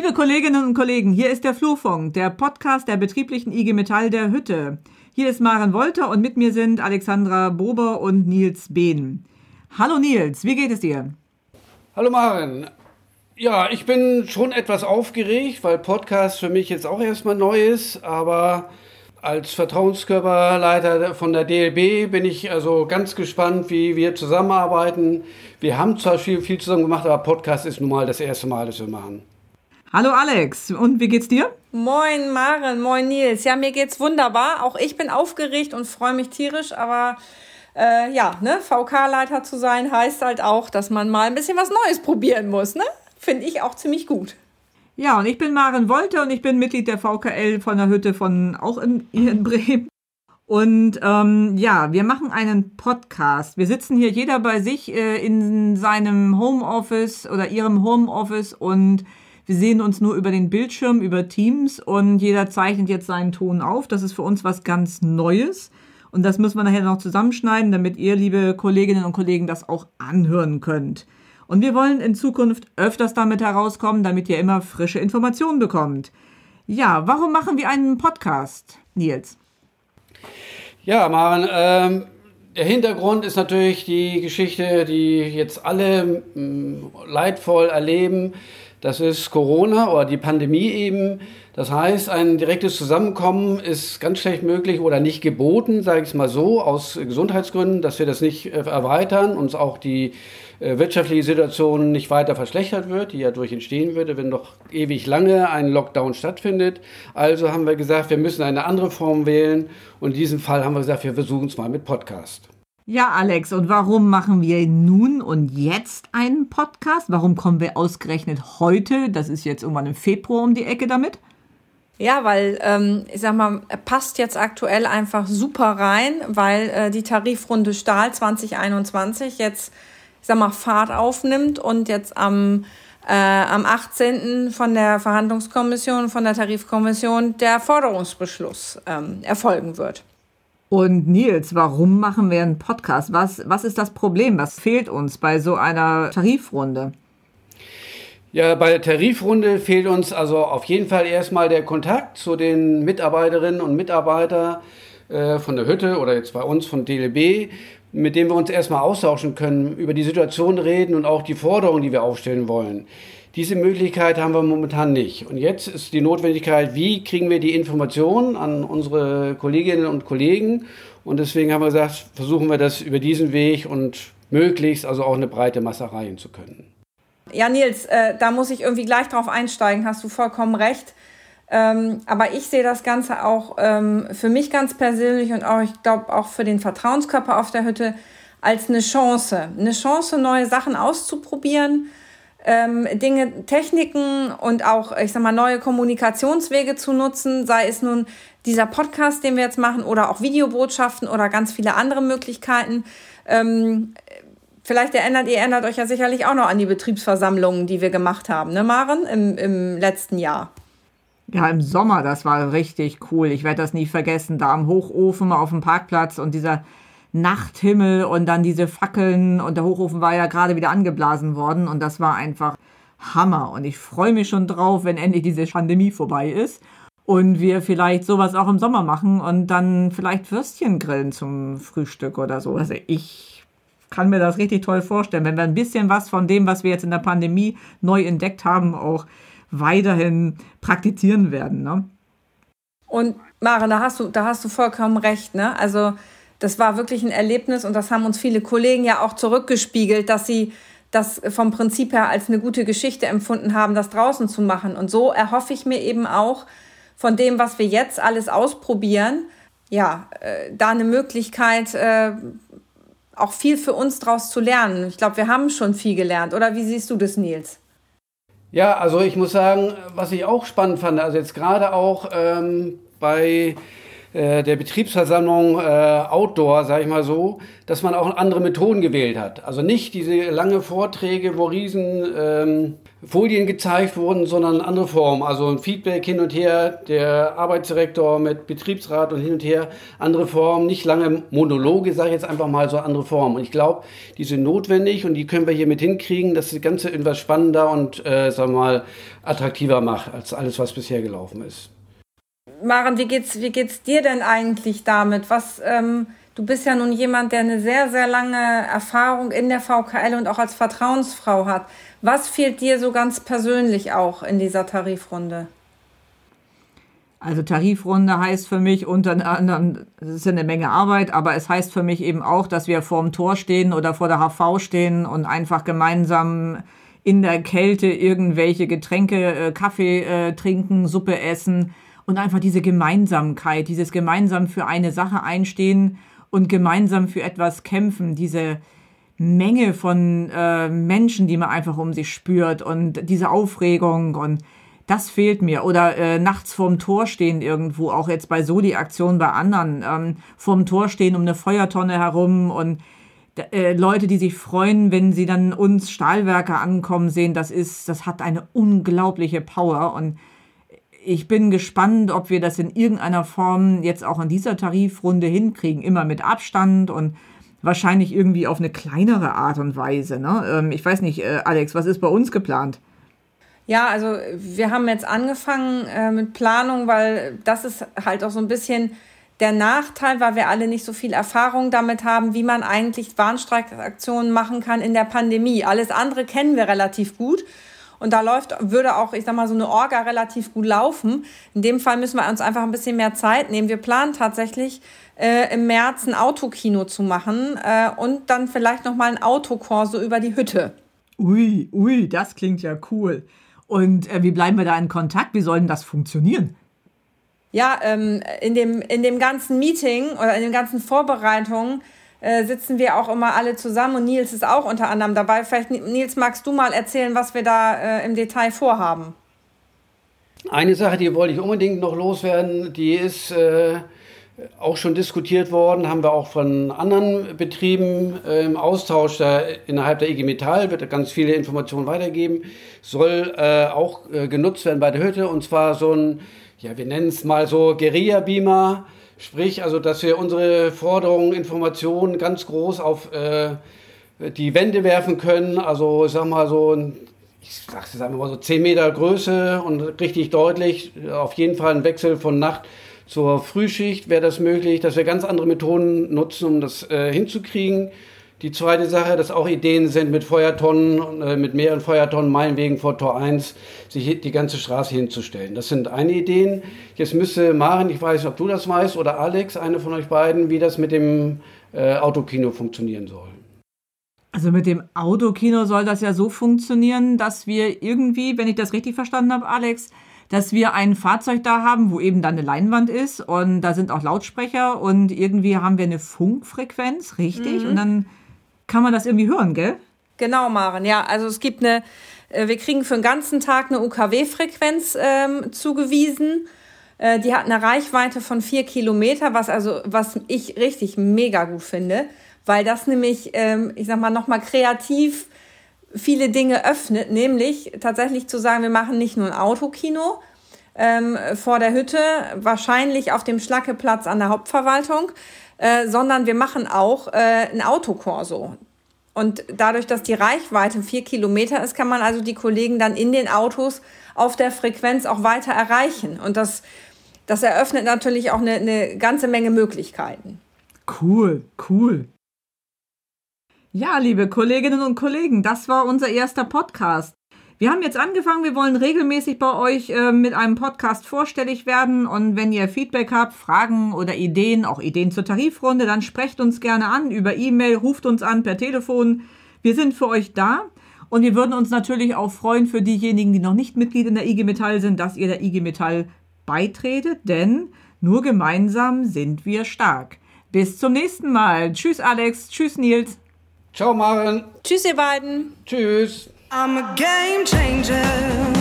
Liebe Kolleginnen und Kollegen, hier ist der Flurfunk, der Podcast der betrieblichen IG Metall der Hütte. Hier ist Maren Wolter und mit mir sind Alexandra Bober und Nils Behn. Hallo Nils, wie geht es dir? Hallo Maren. Ja, ich bin schon etwas aufgeregt, weil Podcast für mich jetzt auch erstmal neu ist, aber als Vertrauenskörperleiter von der DLB bin ich also ganz gespannt, wie wir zusammenarbeiten. Wir haben zwar viel zusammen gemacht, aber Podcast ist nun mal das erste Mal, das wir machen. Hallo Alex, und wie geht's dir? Moin Maren, moin Nils. Ja, mir geht's wunderbar. Auch ich bin aufgeregt und freue mich tierisch, aber VK-Leiter zu sein heißt halt auch, dass man mal ein bisschen was Neues probieren muss, ne? Finde ich auch ziemlich gut. Ja, und ich bin Maren Wolter und ich bin Mitglied der VKL von der Hütte hier in Bremen. Und wir machen einen Podcast. Wir sitzen hier jeder bei sich in seinem Homeoffice oder ihrem Homeoffice und wir sehen uns nur über den Bildschirm, über Teams und jeder zeichnet jetzt seinen Ton auf. Das ist für uns was ganz Neues und das müssen wir nachher noch zusammenschneiden, damit ihr, liebe Kolleginnen und Kollegen, das auch anhören könnt. Und wir wollen in Zukunft öfters damit herauskommen, damit ihr immer frische Informationen bekommt. Ja, warum machen wir einen Podcast, Nils? Ja, Maren, der Hintergrund ist natürlich die Geschichte, die jetzt alle leidvoll erleben. Das ist Corona oder die Pandemie eben. Das heißt, ein direktes Zusammenkommen ist ganz schlecht möglich oder nicht geboten, sage ich es mal so, aus Gesundheitsgründen, dass wir das nicht erweitern, uns auch die wirtschaftliche Situation nicht weiter verschlechtert wird, die ja durch entstehen würde, wenn doch ewig lange ein Lockdown stattfindet. Also haben wir gesagt, wir müssen eine andere Form wählen und in diesem Fall haben wir gesagt, wir versuchen es mal mit Podcast. Ja, Alex, und warum machen wir nun und jetzt einen Podcast? Warum kommen wir ausgerechnet heute? Das ist jetzt irgendwann im Februar um die Ecke damit. Ja, weil, passt jetzt aktuell einfach super rein, weil die Tarifrunde Stahl 2021 jetzt, Fahrt aufnimmt und jetzt am 18. von der Verhandlungskommission, von der Tarifkommission der Forderungsbeschluss erfolgen wird. Und Nils, warum machen wir einen Podcast? Was ist das Problem? Was fehlt uns bei so einer Tarifrunde? Ja, bei der Tarifrunde fehlt uns also auf jeden Fall erstmal der Kontakt zu den Mitarbeiterinnen und Mitarbeitern von der Hütte oder jetzt bei uns von DLB, mit denen wir uns erstmal austauschen können, über die Situation reden und auch die Forderungen, die wir aufstellen wollen. Diese Möglichkeit haben wir momentan nicht. Und jetzt ist die Notwendigkeit, wie kriegen wir die Informationen an unsere Kolleginnen und Kollegen? Und deswegen haben wir gesagt, versuchen wir das über diesen Weg und möglichst also auch eine breite Masse erreichen zu können. Ja, Nils, da muss ich irgendwie gleich drauf einsteigen, hast du vollkommen recht. Aber ich sehe das Ganze auch für mich ganz persönlich und auch, ich glaube, auch für den Vertrauenskörper auf der Hütte als eine Chance. Eine Chance, neue Sachen auszuprobieren, Dinge, Techniken und auch, neue Kommunikationswege zu nutzen, sei es nun dieser Podcast, den wir jetzt machen, oder auch Videobotschaften oder ganz viele andere Möglichkeiten. Vielleicht ihr erinnert euch ja sicherlich auch noch an die Betriebsversammlungen, die wir gemacht haben, ne, Maren, im letzten Jahr. Ja, im Sommer, das war richtig cool. Ich werde das nie vergessen, da am Hochofen auf dem Parkplatz und dieser Nachthimmel und dann diese Fackeln und der Hochofen war ja gerade wieder angeblasen worden und das war einfach Hammer. Und ich freue mich schon drauf, wenn endlich diese Pandemie vorbei ist und wir vielleicht sowas auch im Sommer machen und dann vielleicht Würstchen grillen zum Frühstück oder so. Also ich kann mir das richtig toll vorstellen, wenn wir ein bisschen was von dem, was wir jetzt in der Pandemie neu entdeckt haben, auch weiterhin praktizieren werden, ne? Und Maren, da hast du vollkommen recht, ne? Also das war wirklich ein Erlebnis und das haben uns viele Kollegen ja auch zurückgespiegelt, dass sie das vom Prinzip her als eine gute Geschichte empfunden haben, das draußen zu machen. Und so erhoffe ich mir eben auch von dem, was wir jetzt alles ausprobieren, da eine Möglichkeit, auch viel für uns draus zu lernen. Ich glaube, wir haben schon viel gelernt. Oder wie siehst du das, Nils? Ja, also ich muss sagen, was ich auch spannend fand, also jetzt gerade auch bei der Betriebsversammlung Outdoor, sage ich mal so, dass man auch andere Methoden gewählt hat. Also nicht diese lange Vorträge, wo riesen Folien gezeigt wurden, sondern andere Formen. Also ein Feedback hin und her, der Arbeitsdirektor mit Betriebsrat und hin und her, andere Formen, nicht lange Monologe, sage ich jetzt einfach mal, so andere Formen. Und ich glaube, die sind notwendig und die können wir hier mit hinkriegen, dass das Ganze etwas spannender und, sagen wir mal, attraktiver macht als alles, was bisher gelaufen ist. Maren, wie geht's dir denn eigentlich damit? Du bist ja nun jemand, der eine sehr, sehr lange Erfahrung in der VKL und auch als Vertrauensfrau hat. Was fehlt dir so ganz persönlich auch in dieser Tarifrunde? Also Tarifrunde heißt für mich unter anderem, es ist ja eine Menge Arbeit, aber es heißt für mich eben auch, dass wir vor dem Tor stehen oder vor der HV stehen und einfach gemeinsam in der Kälte irgendwelche Getränke, Kaffee trinken, Suppe essen und einfach diese Gemeinsamkeit, dieses gemeinsam für eine Sache einstehen und gemeinsam für etwas kämpfen, diese Menge von Menschen, die man einfach um sich spürt und diese Aufregung und das fehlt mir. Oder nachts vorm Tor stehen irgendwo, auch jetzt bei Soli-Aktionen, bei anderen, vorm Tor stehen um eine Feuertonne herum und Leute, die sich freuen, wenn sie dann uns Stahlwerker ankommen sehen, das hat eine unglaubliche Power und ich bin gespannt, ob wir das in irgendeiner Form jetzt auch in dieser Tarifrunde hinkriegen, immer mit Abstand und wahrscheinlich irgendwie auf eine kleinere Art und Weise. Ne? Ich weiß nicht, Alex, was ist bei uns geplant? Ja, also wir haben jetzt angefangen mit Planung, weil das ist halt auch so ein bisschen der Nachteil, weil wir alle nicht so viel Erfahrung damit haben, wie man eigentlich Warnstreikaktionen machen kann in der Pandemie. Alles andere kennen wir relativ gut. Und da würde auch, ich sag mal, so eine Orga relativ gut laufen. In dem Fall müssen wir uns einfach ein bisschen mehr Zeit nehmen. Wir planen tatsächlich, im März ein Autokino zu machen und dann vielleicht nochmal ein Autokorso über die Hütte. Ui, das klingt ja cool. Und wie bleiben wir da in Kontakt? Wie soll denn das funktionieren? Ja, in dem ganzen Meeting oder in den ganzen Vorbereitungen sitzen wir auch immer alle zusammen und Nils ist auch unter anderem dabei. Vielleicht, Nils, magst du mal erzählen, was wir da im Detail vorhaben? Eine Sache, die wollte ich unbedingt noch loswerden, die ist auch schon diskutiert worden, haben wir auch von anderen Betrieben im Austausch innerhalb der IG Metall, wird ganz viele Informationen weitergeben, soll auch genutzt werden bei der Hütte und zwar so ein, ja, wir nennen es mal so Guerilla-Beamer. Sprich, also, dass wir unsere Forderungen, Informationen ganz groß auf die Wände werfen können. Also, ich sag mal so, ich sag's jetzt einfach mal so 10 Meter Größe und richtig deutlich. Auf jeden Fall ein Wechsel von Nacht zur Frühschicht wäre das möglich, dass wir ganz andere Methoden nutzen, um das hinzukriegen. Die zweite Sache, dass auch Ideen sind mit Feuertonnen, mit mehreren Feuertonnen, meinetwegen vor Tor 1, sich die ganze Straße hinzustellen. Das sind eine Ideen. Jetzt müsste Maren, ich weiß nicht, ob du das weißt, oder Alex, eine von euch beiden, wie das mit dem Autokino funktionieren soll. Also mit dem Autokino soll das ja so funktionieren, dass wir irgendwie, wenn ich das richtig verstanden habe, Alex, dass wir ein Fahrzeug da haben, wo eben dann eine Leinwand ist und da sind auch Lautsprecher und irgendwie haben wir eine Funkfrequenz, richtig? Und dann kann man das irgendwie hören, gell? Genau, Maren. Ja, also es gibt wir kriegen für den ganzen Tag eine UKW-Frequenz zugewiesen. Die hat eine Reichweite von 4 Kilometer, was ich richtig mega gut finde, weil das nämlich, ich sag mal, nochmal kreativ viele Dinge öffnet, nämlich tatsächlich zu sagen, wir machen nicht nur ein Autokino vor der Hütte, wahrscheinlich auf dem Schlackeplatz an der Hauptverwaltung, sondern wir machen auch ein Autokorso. Und dadurch, dass die Reichweite 4 Kilometer ist, kann man also die Kollegen dann in den Autos auf der Frequenz auch weiter erreichen. Und das eröffnet natürlich auch eine ganze Menge Möglichkeiten. Cool. Ja, liebe Kolleginnen und Kollegen, das war unser erster Podcast. Wir haben jetzt angefangen, wir wollen regelmäßig bei euch mit einem Podcast vorstellig werden und wenn ihr Feedback habt, Fragen oder Ideen, auch Ideen zur Tarifrunde, dann sprecht uns gerne an über E-Mail, ruft uns an per Telefon. Wir sind für euch da und wir würden uns natürlich auch freuen für diejenigen, die noch nicht Mitglied in der IG Metall sind, dass ihr der IG Metall beitretet, denn nur gemeinsam sind wir stark. Bis zum nächsten Mal. Tschüss Alex, tschüss Nils. Ciao Maren. Tschüss ihr beiden. Tschüss. I'm a game changer.